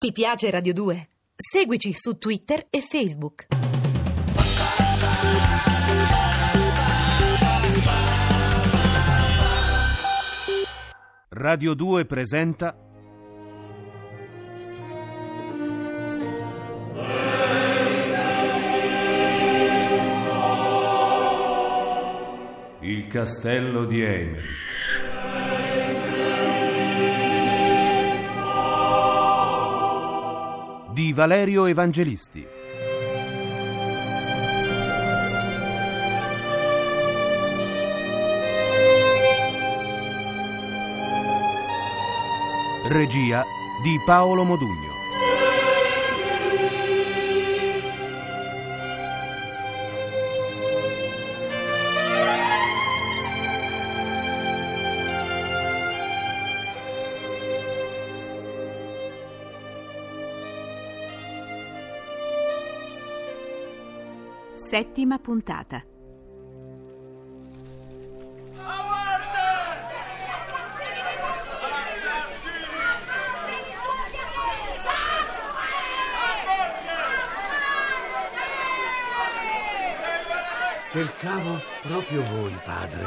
Ti piace Radio 2? Seguici su Twitter e Facebook. Radio 2 presenta Il castello di Eymerich di Valerio Evangelisti. Regia di Paolo Modugno. Settima puntata. Cercavo proprio voi, padre.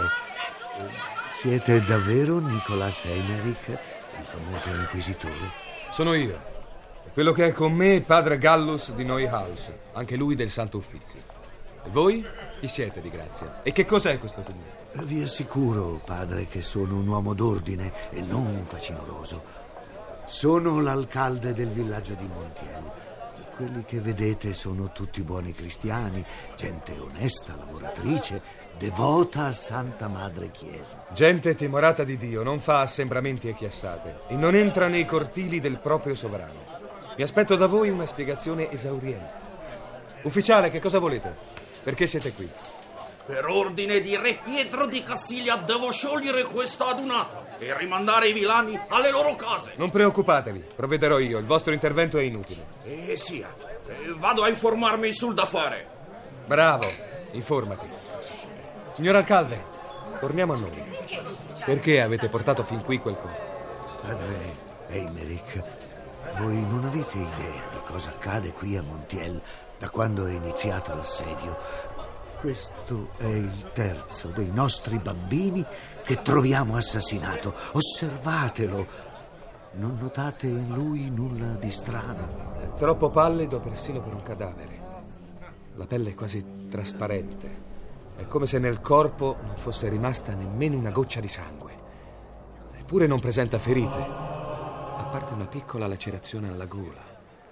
Siete davvero Nicolas Eymerich, il famoso inquisitore? Sono io. Quello che è con me è padre Gallus di Neuhaus, anche lui del Santo Uffizio. E voi? Chi siete, di grazia? E che cos'è questo tumulto? Vi assicuro, padre, che sono un uomo d'ordine e non un facinoroso. Sono l'alcalde del villaggio di Montiel. Quelli che vedete sono tutti buoni cristiani, gente onesta, lavoratrice, devota a Santa Madre Chiesa. Gente timorata di Dio, non fa assembramenti e chiassate e non entra nei cortili del proprio sovrano. Mi aspetto da voi una spiegazione esauriente. Ufficiale, che cosa volete? Perché siete qui? Per ordine di Re Pietro di Castiglia devo sciogliere questa adunata e rimandare i vilani alle loro case. Non preoccupatevi, provvederò io, il vostro intervento è inutile. Sia, vado a informarmi sul da fare. Bravo, informati. Signor Alcalde, torniamo a noi. Perché avete portato fin qui quel corpo? Padre Eymerich, voi non avete idea di cosa accade qui a Montiel da quando è iniziato l'assedio. Questo è il terzo dei nostri bambini che troviamo assassinato. Osservatelo. Non notate in lui nulla di strano? È troppo pallido persino per un cadavere. La pelle è quasi trasparente. È come se nel corpo non fosse rimasta nemmeno una goccia di sangue. Eppure non presenta ferite, a parte una piccola lacerazione alla gola.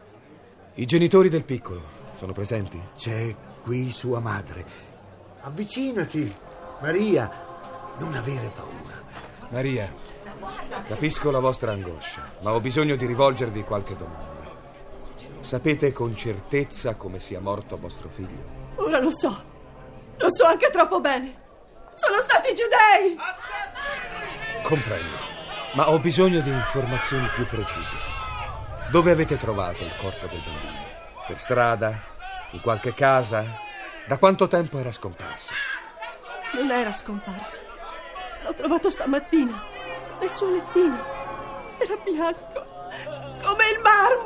I genitori del piccolo sono presenti? C'è qui sua madre. Avvicinati, Maria. Non avere paura. Maria, capisco la vostra angoscia, ma ho bisogno di rivolgervi qualche domanda. Sapete con certezza come sia morto vostro figlio? Ora lo so anche troppo bene. Sono stati i giudei! Comprendo, ma ho bisogno di informazioni più precise. Dove avete trovato il corpo del bambino? Per strada? In qualche casa? Da quanto tempo era scomparso? Non era scomparso. L'ho trovato stamattina nel suo lettino. Era bianco come il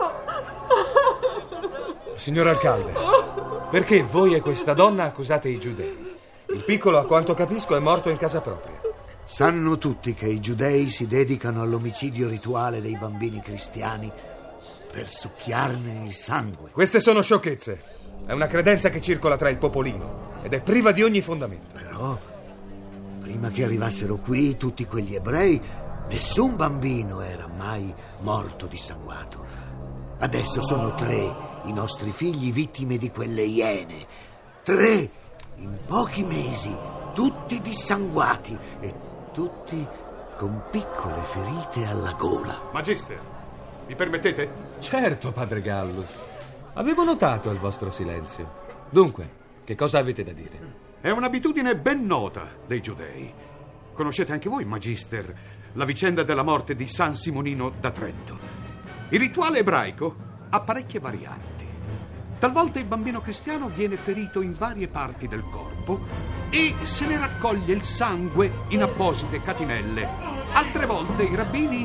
marmo. Signor Alcalde, perché voi e questa donna accusate i giudei? Il piccolo, a quanto capisco, è morto in casa propria. Sanno tutti che i giudei si dedicano all'omicidio rituale dei bambini cristiani per succhiarne il sangue. Queste sono sciocchezze. È una credenza che circola tra il popolino ed è priva di ogni fondamento. Però, prima che arrivassero qui tutti quegli ebrei, nessun bambino era mai morto dissanguato. Adesso sono 3 i nostri figli vittime di quelle iene. 3 in pochi mesi, tutti dissanguati e tutti con piccole ferite alla gola. Magister, mi permettete? Certo, padre Gallus. Avevo notato il vostro silenzio. Dunque, che cosa avete da dire? È un'abitudine ben nota dei giudei. Conoscete anche voi, Magister, la vicenda della morte di San Simonino da Trento. Il rituale ebraico ha parecchie varianti. Talvolta il bambino cristiano viene ferito in varie parti del corpo e se ne raccoglie il sangue in apposite catinelle. Altre volte i rabbini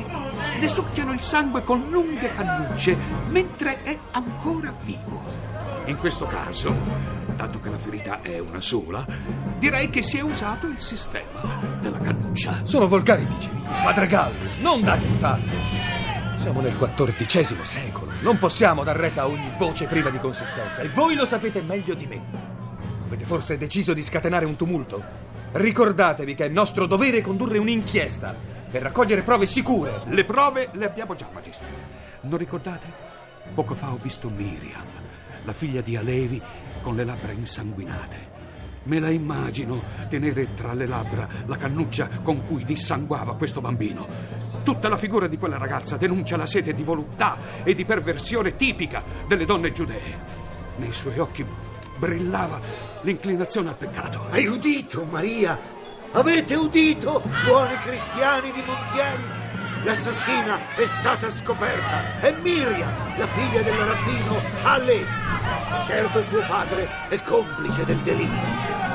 ne succhiano il sangue con lunghe cannucce mentre è ancora vivo. In questo caso, dato che la ferita è una sola, direi che si è usato il sistema della cannuccia. Sono volgari vicini, padre Gallus, non datevi fatti. Siamo nel XIV secolo, non possiamo dar retta a ogni voce priva di consistenza, e voi lo sapete meglio di me. Avete forse deciso di scatenare un tumulto? Ricordatevi che è nostro dovere condurre un'inchiesta per raccogliere prove sicure. Le prove le abbiamo già, Magister. Non ricordate? Poco fa ho visto Miriam, la figlia di Alevi, con le labbra insanguinate. Me la immagino tenere tra le labbra la cannuccia con cui dissanguava questo bambino. Tutta la figura di quella ragazza denuncia la sete di voluttà e di perversione tipica delle donne giudee. Nei suoi occhi brillava l'inclinazione al peccato. Hai udito, Maria? Avete udito, buoni cristiani di Montiel? L'assassina è stata scoperta. È Miriam, la figlia del rabbino Alevi. Certo suo padre è complice del delitto.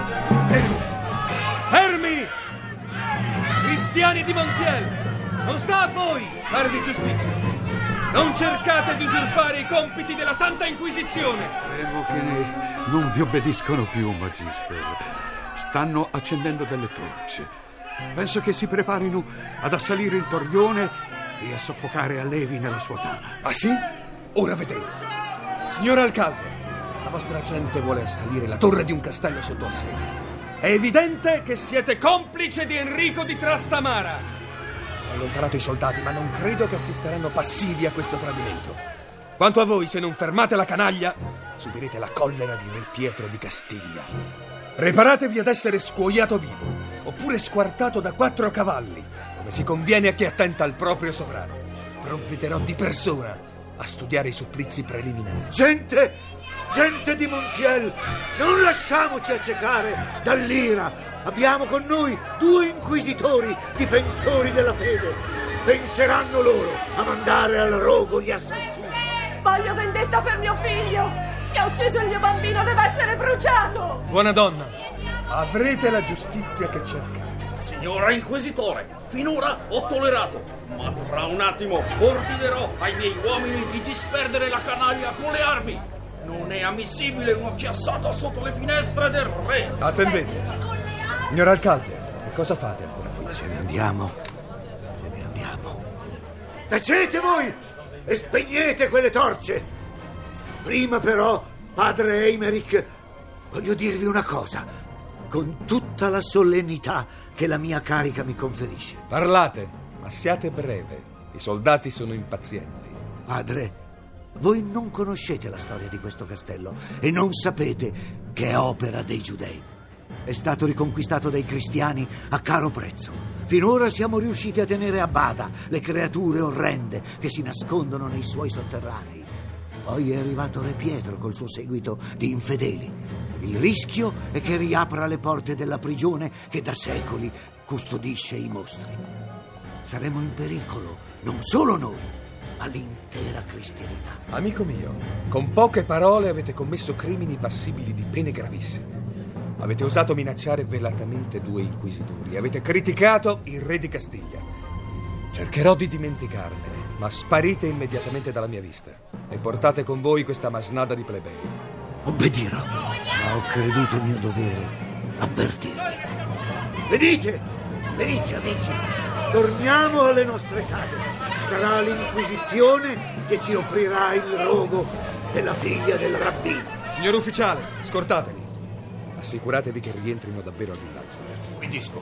Fermi! Cristiani di Montiel! Non sta a voi farvi giustizia. Non cercate di usurpare i compiti della Santa Inquisizione. Temo che non vi obbediscono più, Magister. Stanno accendendo delle torce. Penso che si preparino ad assalire il torrione e a soffocare Alevi nella sua tana. Ah sì? Ora vedremo. Signor Alcalde, la vostra gente vuole assalire la torre di un castello sotto assedio. È evidente che siete complice di Enrico di Trastamara. Ho allontanato i soldati, ma non credo che assisteranno passivi a questo tradimento. Quanto a voi, se non fermate la canaglia, subirete la collera di Re Pietro di Castiglia. Preparatevi ad essere scuoiato vivo, oppure squartato da 4 cavalli, come si conviene a chi attenta al proprio sovrano. Provvederò di persona a studiare i supplizi preliminari. Gente di Montiel, non lasciamoci accecare dall'ira. Abbiamo con noi 2 inquisitori, difensori della fede. Penseranno loro a mandare al rogo gli assassini. Voglio vendetta per mio figlio! Chi ha ucciso il mio bambino deve essere bruciato! Buona donna, avrete la giustizia che cercate. Signora Inquisitore, finora ho tollerato, ma tra un attimo ordinerò ai miei uomini di disperdere la canaglia con le armi. Non è ammissibile un'occhiassata sotto le finestre del re. Attendete. Signor Alcalde, che cosa fate ancora qui? Ce ne andiamo. Tacete voi e spegnete quelle torce. Prima però, padre Eimerick, voglio dirvi una cosa, con tutta la solennità che la mia carica mi conferisce. Parlate, ma siate breve. I soldati sono impazienti. Padre, voi non conoscete la storia di questo castello e non sapete che è opera dei giudei. È stato riconquistato dai cristiani a caro prezzo. Finora siamo riusciti a tenere a bada le creature orrende che si nascondono nei suoi sotterranei. Poi è arrivato Re Pietro col suo seguito di infedeli. Il rischio è che riapra le porte della prigione che da secoli custodisce i mostri. Saremo in pericolo, non solo noi, ma l'intera cristianità. Amico mio, con poche parole avete commesso crimini passibili di pene gravissime. Avete osato minacciare velatamente 2 inquisitori. Avete criticato il re di Castiglia. Cercherò di dimenticarmene, ma sparite immediatamente dalla mia vista e portate con voi questa masnada di plebei. Obbedirò, ma ho creduto mio dovere avvertirvi. Venite amici, torniamo alle nostre case. Sarà l'Inquisizione che ci offrirà il rogo della figlia del rabbino. Signor ufficiale, scortateli. Assicuratevi che rientrino davvero al villaggio. Obbedisco.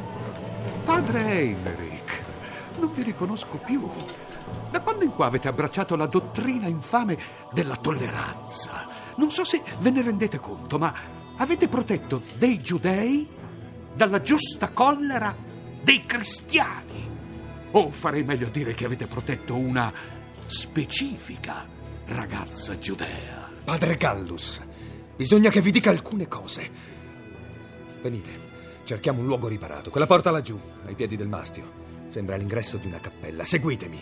Padre Eimerick, non vi riconosco più. Da quando in qua avete abbracciato la dottrina infame della tolleranza? Non so se ve ne rendete conto, ma avete protetto dei giudei dalla giusta collera dei cristiani. O farei meglio a dire che avete protetto una specifica ragazza giudea. Padre Gallus, bisogna che vi dica alcune cose. Venite, cerchiamo un luogo riparato. Quella porta laggiù, ai piedi del mastio. Sembra l'ingresso di una cappella. Seguitemi.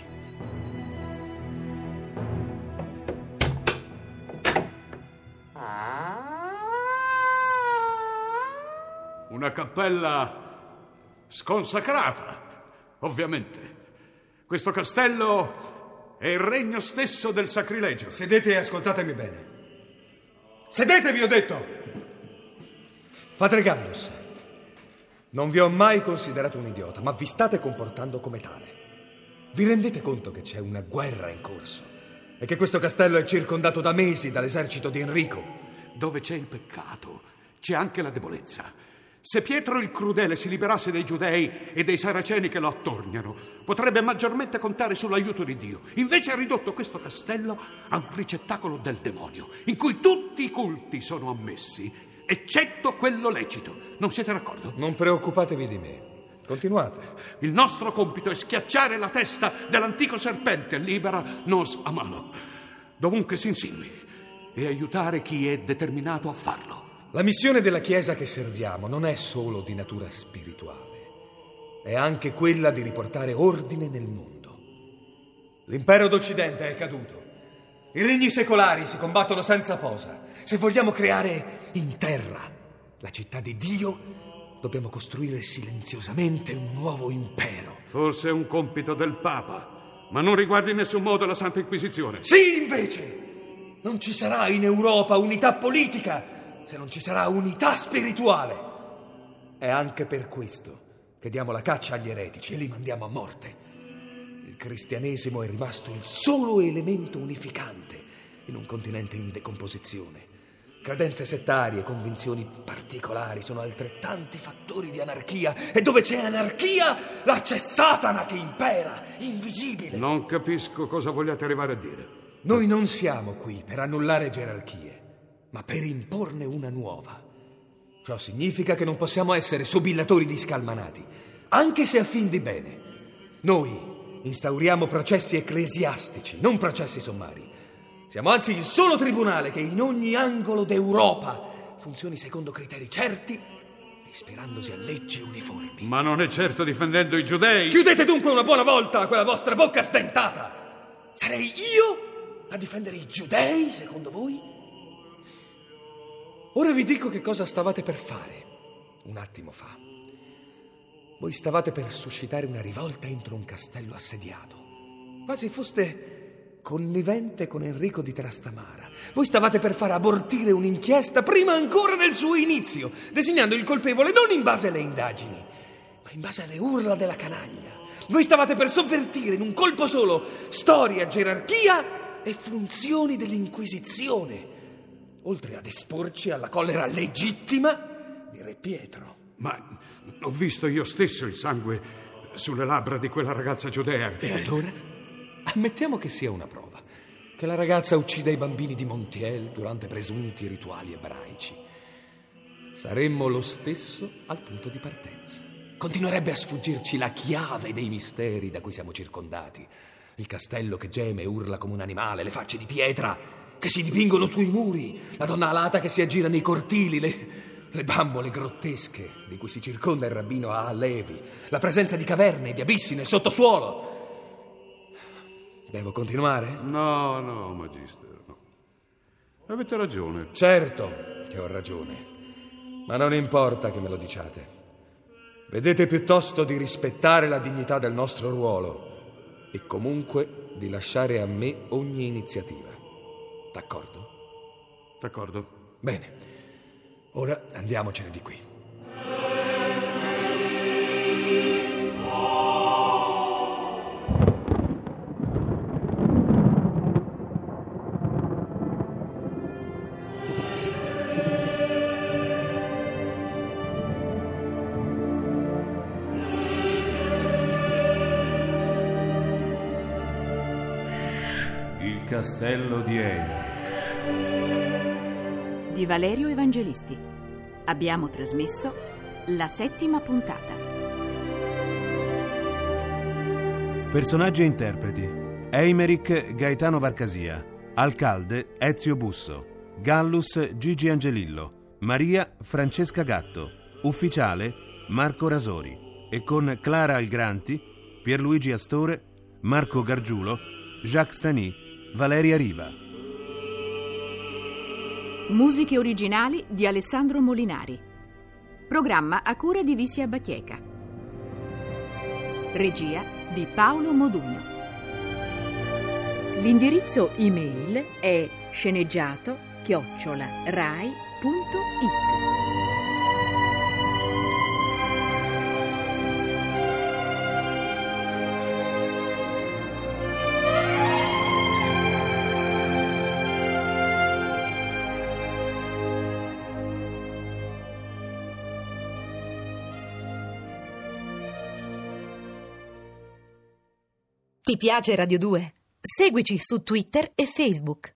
Una cappella sconsacrata, ovviamente. Questo castello è il regno stesso del sacrilegio. Sedete e ascoltatemi bene. Sedete, vi ho detto! Padre Gallus, non vi ho mai considerato un idiota, ma vi state comportando come tale. Vi rendete conto che c'è una guerra in corso e che questo castello è circondato da mesi dall'esercito di Enrico? Dove c'è il peccato, c'è anche la debolezza. Se Pietro il Crudele si liberasse dei Giudei e dei Saraceni che lo attorniano, potrebbe maggiormente contare sull'aiuto di Dio. Invece ha ridotto questo castello a un ricettacolo del demonio, in cui tutti i culti sono ammessi, eccetto quello lecito. Non siete d'accordo? Non preoccupatevi di me. Continuate. Il nostro compito è schiacciare la testa dell'antico serpente, libera nos a mano, dovunque si insinui, e aiutare chi è determinato a farlo. La missione della Chiesa che serviamo non è solo di natura spirituale, è anche quella di riportare ordine nel mondo. L'impero d'Occidente è caduto. I regni secolari si combattono senza posa. Se vogliamo creare in terra la città di Dio, dobbiamo costruire silenziosamente un nuovo impero. Forse è un compito del Papa, ma non riguarda in nessun modo la Santa Inquisizione. Sì, invece! Non ci sarà in Europa unità politica se non ci sarà unità spirituale. È anche per questo che diamo la caccia agli eretici e li mandiamo a morte. Il cristianesimo è rimasto il solo elemento unificante in un continente in decomposizione. Credenze settarie, convinzioni particolari sono altrettanti fattori di anarchia, e dove c'è anarchia, là c'è Satana che impera, invisibile. Non capisco cosa vogliate arrivare a dire. Noi non siamo qui per annullare gerarchie, ma per imporne una nuova. Ciò significa che non possiamo essere sobillatori di scalmanati, anche se a fin di bene. Noi instauriamo processi ecclesiastici, non processi sommari. Siamo anzi il solo tribunale che in ogni angolo d'Europa funzioni secondo criteri certi, ispirandosi a leggi uniformi. Ma non è certo difendendo i giudei. Chiudete dunque una buona volta quella vostra bocca sdentata. Sarei io a difendere i giudei, secondo voi? Ora vi dico che cosa stavate per fare un attimo fa. Voi stavate per suscitare una rivolta entro un castello assediato, quasi foste connivente con Enrico di Trastamara. Voi stavate per far abortire un'inchiesta prima ancora del suo inizio, designando il colpevole non in base alle indagini, ma in base alle urla della canaglia. Voi stavate per sovvertire in un colpo solo storia, gerarchia e funzioni dell'Inquisizione, oltre ad esporci alla collera legittima di Re Pietro. Ma ho visto io stesso il sangue sulle labbra di quella ragazza giudea. E allora? Ammettiamo che sia una prova, che la ragazza uccida i bambini di Montiel durante presunti rituali ebraici. Saremmo lo stesso al punto di partenza. Continuerebbe a sfuggirci la chiave dei misteri da cui siamo circondati. Il castello che geme e urla come un animale, le facce di pietra che si dipingono sui muri, la donna alata che si aggira nei cortili, le bambole grottesche di cui si circonda il rabbino Alevi, la presenza di caverne e di abissi nel sottosuolo. Devo continuare? No, Magister, no. Avete ragione. Certo che ho ragione, ma non importa che me lo diciate. Vedete piuttosto di rispettare la dignità del nostro ruolo e comunque di lasciare a me ogni iniziativa. D'accordo? D'accordo. Bene, ora andiamocene di qui. Il castello di Emerick di Valerio Evangelisti. Abbiamo trasmesso la 7ª puntata. Personaggi e interpreti: Emerick Gaetano Varcasia, Alcalde Ezio Busso, Gallus Gigi Angelillo, Maria Francesca Gatto, Ufficiale Marco Rasori, e con Clara Algranti, Pierluigi Astore, Marco Gargiulo, Jacques Stani, Valeria Riva. Musiche originali di Alessandro Molinari. Programma a cura di Visia Bacheca. Regia di Paolo Modugno. L'indirizzo email è sceneggiato@rai.it. Ti piace Radio 2? Seguici su Twitter e Facebook.